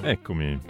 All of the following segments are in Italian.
Eccomi.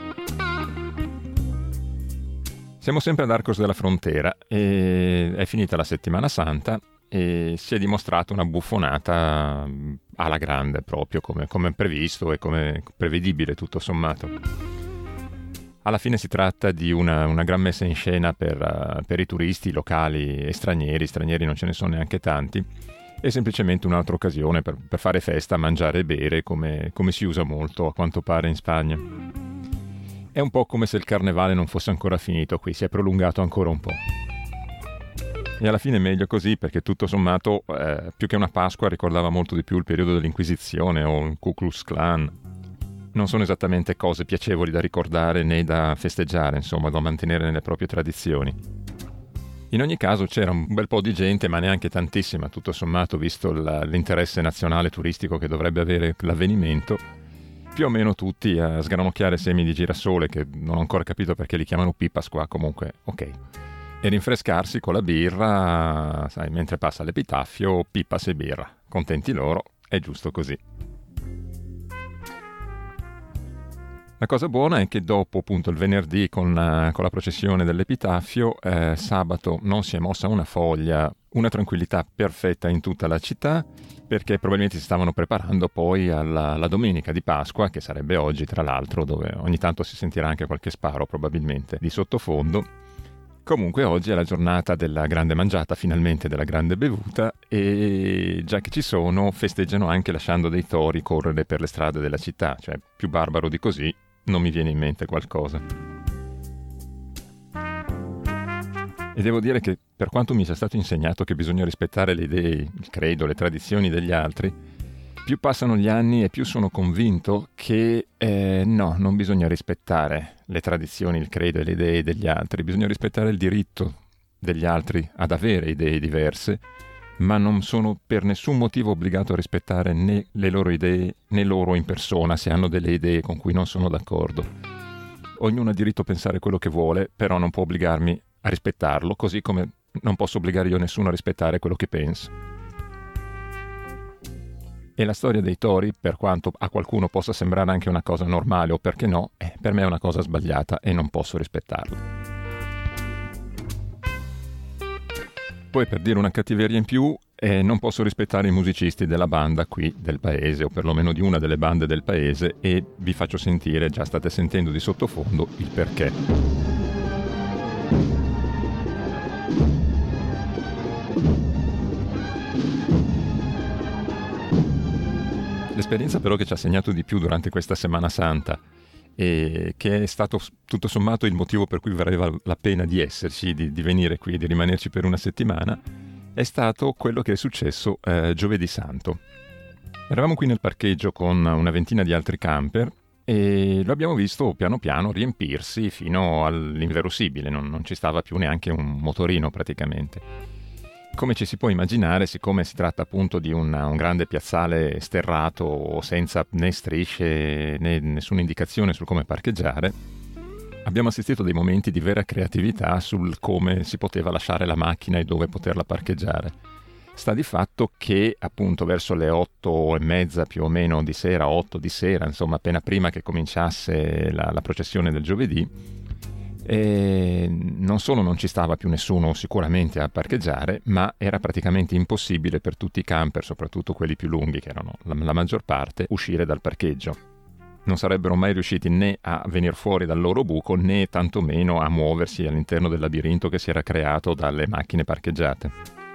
Siamo sempre ad Arcos della Frontera e è finita la settimana santa e si è dimostrata una buffonata alla grande, proprio come previsto e come prevedibile tutto sommato. Alla fine si tratta di una gran messa in scena per i turisti locali e stranieri non ce ne sono neanche tanti, è semplicemente un'altra occasione per fare festa, mangiare e bere come si usa molto a quanto pare in Spagna. È un po' come se il carnevale non fosse ancora finito qui, si è prolungato ancora un po'. E alla fine è meglio così, perché tutto sommato, più che una Pasqua, ricordava molto di più il periodo dell'Inquisizione o il Ku Klux Klan. Non sono esattamente cose piacevoli da ricordare né da festeggiare, insomma, da mantenere nelle proprie tradizioni. In ogni caso c'era un bel po' di gente, ma neanche tantissima, tutto sommato, visto l'interesse nazionale turistico che dovrebbe avere l'avvenimento. Più o meno tutti a sgranocchiare semi di girasole, che non ho ancora capito perché li chiamano pipas qua, comunque, ok. E rinfrescarsi con la birra, sai, mentre passa l'epitaffio, pipas e birra. Contenti loro, è giusto così. La cosa buona è che dopo appunto il venerdì con la processione dell'epitaffio, sabato non si è mossa una foglia, una tranquillità perfetta in tutta la città, perché probabilmente si stavano preparando poi alla domenica di Pasqua, che sarebbe oggi tra l'altro, dove ogni tanto si sentirà anche qualche sparo probabilmente di sottofondo. Comunque oggi è la giornata della grande mangiata, finalmente della grande bevuta, e già che ci sono festeggiano anche lasciando dei tori correre per le strade della città, cioè più barbaro di così non mi viene in mente qualcosa. E devo dire che per quanto mi sia stato insegnato che bisogna rispettare le idee, il credo, le tradizioni degli altri, più passano gli anni e più sono convinto che no, non bisogna rispettare le tradizioni, il credo e le idee degli altri, bisogna rispettare il diritto degli altri ad avere idee diverse, ma non sono per nessun motivo obbligato a rispettare né le loro idee né loro in persona se hanno delle idee con cui non sono d'accordo. Ognuno ha diritto a pensare quello che vuole, però non può obbligarmi a rispettarlo, così come non posso obbligare io nessuno a rispettare quello che pensa. E la storia dei tori, per quanto a qualcuno possa sembrare anche una cosa normale o perché no, per me è una cosa sbagliata e non posso rispettarla. Poi, per dire una cattiveria in più, non posso rispettare i musicisti della banda qui del paese, o perlomeno di una delle bande del paese, e vi faccio sentire, già state sentendo di sottofondo, il perché. L'esperienza però che ci ha segnato di più durante questa Semana Santa, e che è stato tutto sommato il motivo per cui valeva la pena di esserci, di venire qui e di rimanerci per una settimana, è stato quello che è successo giovedì santo. Eravamo qui nel parcheggio con una ventina di altri camper e lo abbiamo visto piano piano riempirsi fino all'inverosimile, non ci stava più neanche un motorino praticamente. Come ci si può immaginare, siccome si tratta appunto di un grande piazzale sterrato senza né strisce né nessuna indicazione su come parcheggiare, abbiamo assistito a dei momenti di vera creatività sul come si poteva lasciare la macchina e dove poterla parcheggiare. Sta di fatto che appunto verso le 8:30 più o meno di sera, 8 di sera, insomma appena prima che cominciasse la processione del giovedì, e non solo non ci stava più nessuno sicuramente a parcheggiare, ma era praticamente impossibile per tutti i camper, soprattutto quelli più lunghi, che erano la maggior parte, uscire dal parcheggio. Non sarebbero mai riusciti né a venire fuori dal loro buco, né tantomeno a muoversi all'interno del labirinto che si era creato dalle macchine parcheggiate.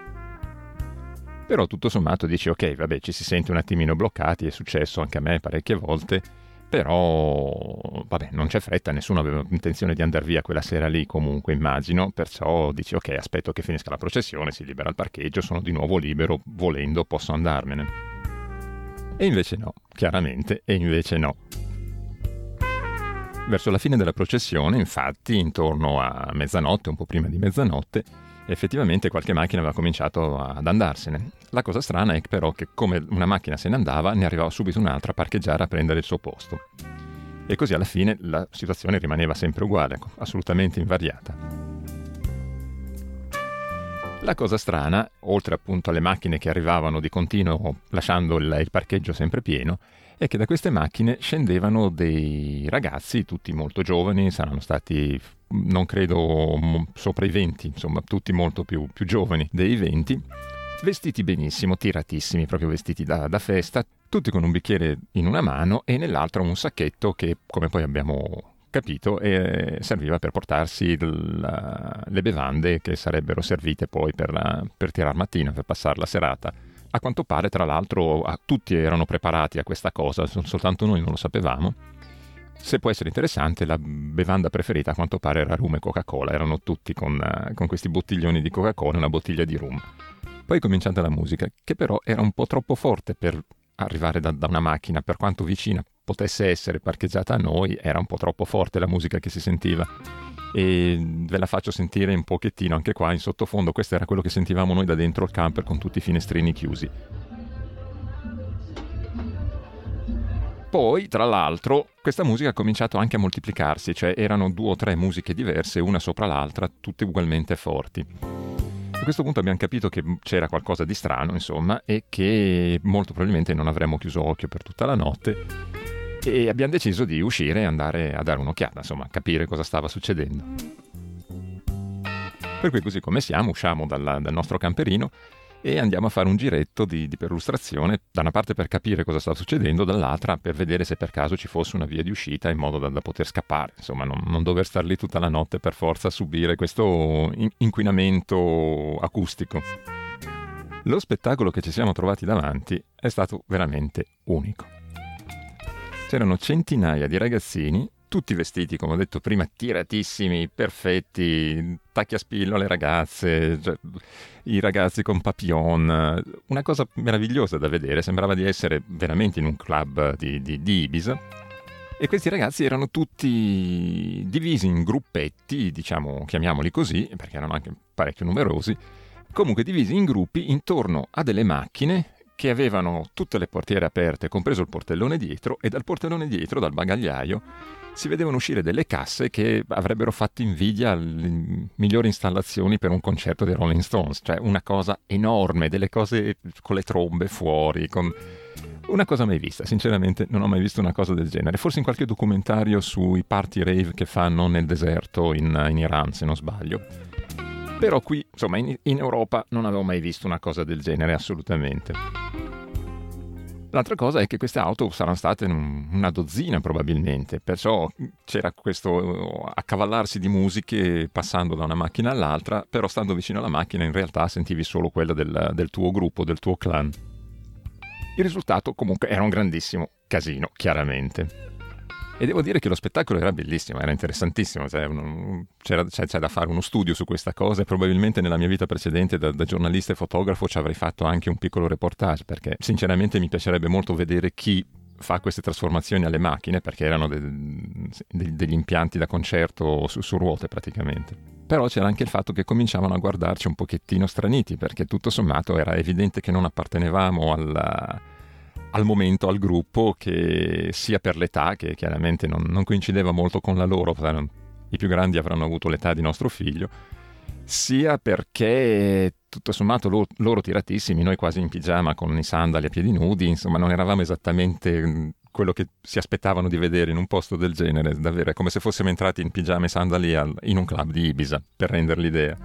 Però tutto sommato dici ok, vabbè, ci si sente un attimino bloccati, è successo anche a me parecchie volte, però vabbè, non c'è fretta, nessuno aveva intenzione di andare via quella sera lì comunque, immagino, perciò dici ok, aspetto che finisca la processione, si libera il parcheggio, sono di nuovo libero, volendo posso andarmene. E invece no, chiaramente, e invece no. Verso la fine della processione, infatti, intorno a mezzanotte, un po' prima di mezzanotte, effettivamente qualche macchina aveva cominciato ad andarsene. La cosa strana è però che come una macchina se ne andava, ne arrivava subito un'altra a parcheggiare a prendere il suo posto. E così alla fine la situazione rimaneva sempre uguale, assolutamente invariata. La cosa strana, oltre appunto alle macchine che arrivavano di continuo lasciando il parcheggio sempre pieno, è che da queste macchine scendevano dei ragazzi, tutti molto giovani, saranno stati, non credo, sopra i 20, insomma, tutti molto più giovani dei 20, vestiti benissimo, tiratissimi, proprio vestiti da festa, tutti con un bicchiere in una mano e nell'altra un sacchetto che, come poi abbiamo capito, serviva per portarsi le bevande che sarebbero servite poi per tirar mattina, per passare la serata. A quanto pare, tra l'altro, tutti erano preparati a questa cosa, soltanto noi non lo sapevamo. Se può essere interessante, la bevanda preferita a quanto pare era rum e Coca-Cola, erano tutti con questi bottiglioni di Coca-Cola e una bottiglia di rum. Poi è cominciata la musica, che però era un po' troppo forte per arrivare da una macchina, per quanto vicina potesse essere parcheggiata a noi, era un po' troppo forte la musica che si sentiva. E ve la faccio sentire un pochettino anche qua in sottofondo. Questo era quello che sentivamo noi da dentro il camper con tutti i finestrini chiusi. Poi, tra l'altro, questa musica ha cominciato anche a moltiplicarsi, cioè erano 2 o 3 musiche diverse, una sopra l'altra, tutte ugualmente forti. A questo punto abbiamo capito che c'era qualcosa di strano, insomma, e che molto probabilmente non avremmo chiuso occhio per tutta la notte, e abbiamo deciso di uscire e andare a dare un'occhiata, insomma, a capire cosa stava succedendo. Per cui, così come siamo, usciamo dal nostro camperino e andiamo a fare un giretto di perlustrazione, da una parte per capire cosa stava succedendo, dall'altra per vedere se per caso ci fosse una via di uscita in modo da poter scappare, insomma non dover star lì tutta la notte per forza a subire questo inquinamento acustico. Lo spettacolo che ci siamo trovati davanti è stato veramente unico. C'erano centinaia di ragazzini, tutti vestiti, come ho detto prima, tiratissimi, perfetti, tacchi a spillo alle ragazze, cioè, i ragazzi con papillon, una cosa meravigliosa da vedere, sembrava di essere veramente in un club di Ibiza. E questi ragazzi erano tutti divisi in gruppetti, diciamo, chiamiamoli così, perché erano anche parecchio numerosi, comunque divisi in gruppi intorno a delle macchine che avevano tutte le portiere aperte, compreso il portellone dietro, e dal portellone dietro, dal bagagliaio, si vedevano uscire delle casse che avrebbero fatto invidia alle migliori installazioni per un concerto dei Rolling Stones, cioè una cosa enorme, delle cose con le trombe fuori, con una cosa mai vista. Sinceramente non ho mai visto una cosa del genere, forse in qualche documentario sui party rave che fanno nel deserto in Iran, se non sbaglio. Però qui, insomma, in Europa non avevo mai visto una cosa del genere, assolutamente. L'altra cosa è che queste auto saranno state una dozzina probabilmente, perciò c'era questo accavallarsi di musiche passando da una macchina all'altra, però stando vicino alla macchina in realtà sentivi solo quella del tuo gruppo, del tuo clan. Il risultato comunque era un grandissimo casino, chiaramente. E devo dire che lo spettacolo era bellissimo, era interessantissimo, c'è da fare uno studio su questa cosa e probabilmente nella mia vita precedente da giornalista e fotografo ci avrei fatto anche un piccolo reportage, perché sinceramente mi piacerebbe molto vedere chi fa queste trasformazioni alle macchine, perché erano degli impianti da concerto su ruote praticamente. Però c'era anche il fatto che cominciavano a guardarci un pochettino straniti, perché tutto sommato era evidente che non appartenevamo al momento al gruppo, che sia per l'età, che chiaramente non coincideva molto con la loro, i più grandi avranno avuto l'età di nostro figlio, sia perché tutto sommato loro tiratissimi, noi quasi in pigiama con i sandali a piedi nudi, insomma non eravamo esattamente quello che si aspettavano di vedere in un posto del genere, davvero è come se fossimo entrati in pigiama e sandali in un club di Ibiza, per rendere l'idea.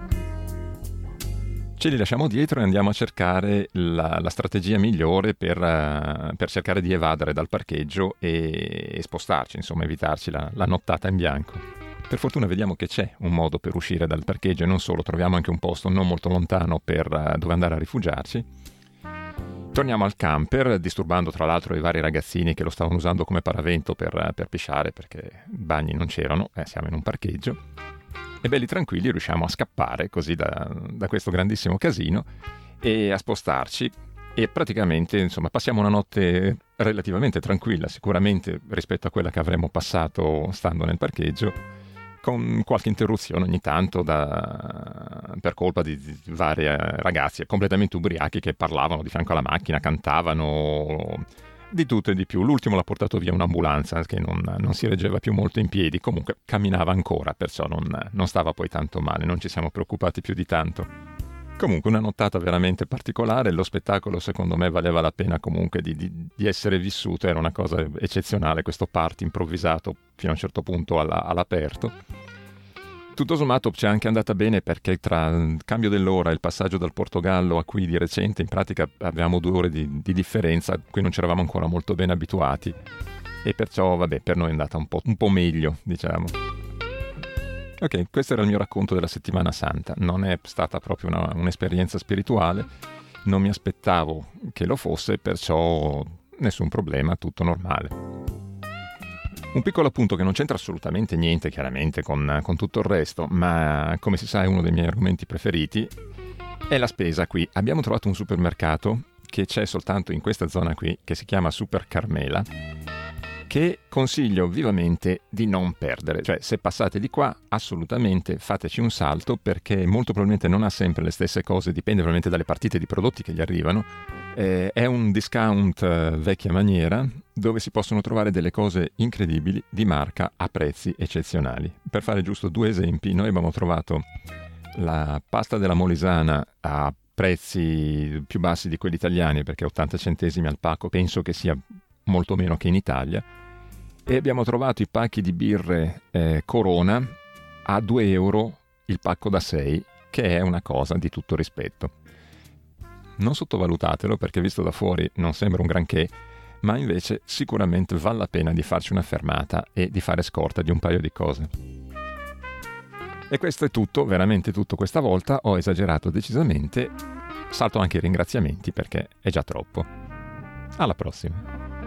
Ce li lasciamo dietro e andiamo a cercare la strategia migliore per cercare di evadere dal parcheggio e spostarci, insomma evitarci la nottata in bianco. Per fortuna vediamo che c'è un modo per uscire dal parcheggio e non solo, troviamo anche un posto non molto lontano per dove andare a rifugiarci. Torniamo al camper, disturbando tra l'altro i vari ragazzini che lo stavano usando come paravento per pisciare, perché bagni non c'erano, siamo in un parcheggio. E belli tranquilli riusciamo a scappare così da questo grandissimo casino e a spostarci e praticamente insomma passiamo una notte relativamente tranquilla, sicuramente rispetto a quella che avremmo passato stando nel parcheggio, con qualche interruzione ogni tanto per colpa di vari ragazzi completamente ubriachi che parlavano di fianco alla macchina, cantavano di tutto e di più. L'ultimo l'ha portato via un'ambulanza che non si reggeva più molto in piedi, comunque camminava ancora, perciò non stava poi tanto male, non ci siamo preoccupati più di tanto. Comunque una nottata veramente particolare, lo spettacolo secondo me valeva la pena comunque di essere vissuto, era una cosa eccezionale questo party improvvisato fino a un certo punto all'aperto. Tutto sommato ci è anche andata bene perché tra il cambio dell'ora e il passaggio dal Portogallo a qui di recente, in pratica avevamo 2 ore di differenza, a cui non ci eravamo ancora molto ben abituati e perciò vabbè per noi è andata un po' meglio, diciamo. Ok, questo era il mio racconto della settimana santa. Non è stata proprio un'esperienza spirituale, non mi aspettavo che lo fosse, perciò nessun problema, tutto normale. Un piccolo appunto che non c'entra assolutamente niente, chiaramente, con tutto il resto, ma come si sa è uno dei miei argomenti preferiti, è la spesa qui. Abbiamo trovato un supermercato che c'è soltanto in questa zona qui, che si chiama Super Carmela, che consiglio vivamente di non perdere. Cioè, se passate di qua, assolutamente fateci un salto, perché molto probabilmente non ha sempre le stesse cose, dipende veramente dalle partite di prodotti che gli arrivano. È un discount vecchia maniera, dove si possono trovare delle cose incredibili di marca a prezzi eccezionali. Per fare giusto 2 esempi, noi abbiamo trovato la pasta della Molisana a prezzi più bassi di quelli italiani, perché 80 centesimi al pacco penso che sia molto meno che in Italia, e abbiamo trovato i pacchi di birre Corona a 2 euro il pacco da 6, che è una cosa di tutto rispetto. Non sottovalutatelo, perché visto da fuori non sembra un granché, ma invece sicuramente vale la pena di farci una fermata e di fare scorta di un paio di cose. E questo è tutto, veramente tutto questa volta, ho esagerato decisamente, salto anche i ringraziamenti perché è già troppo. Alla prossima!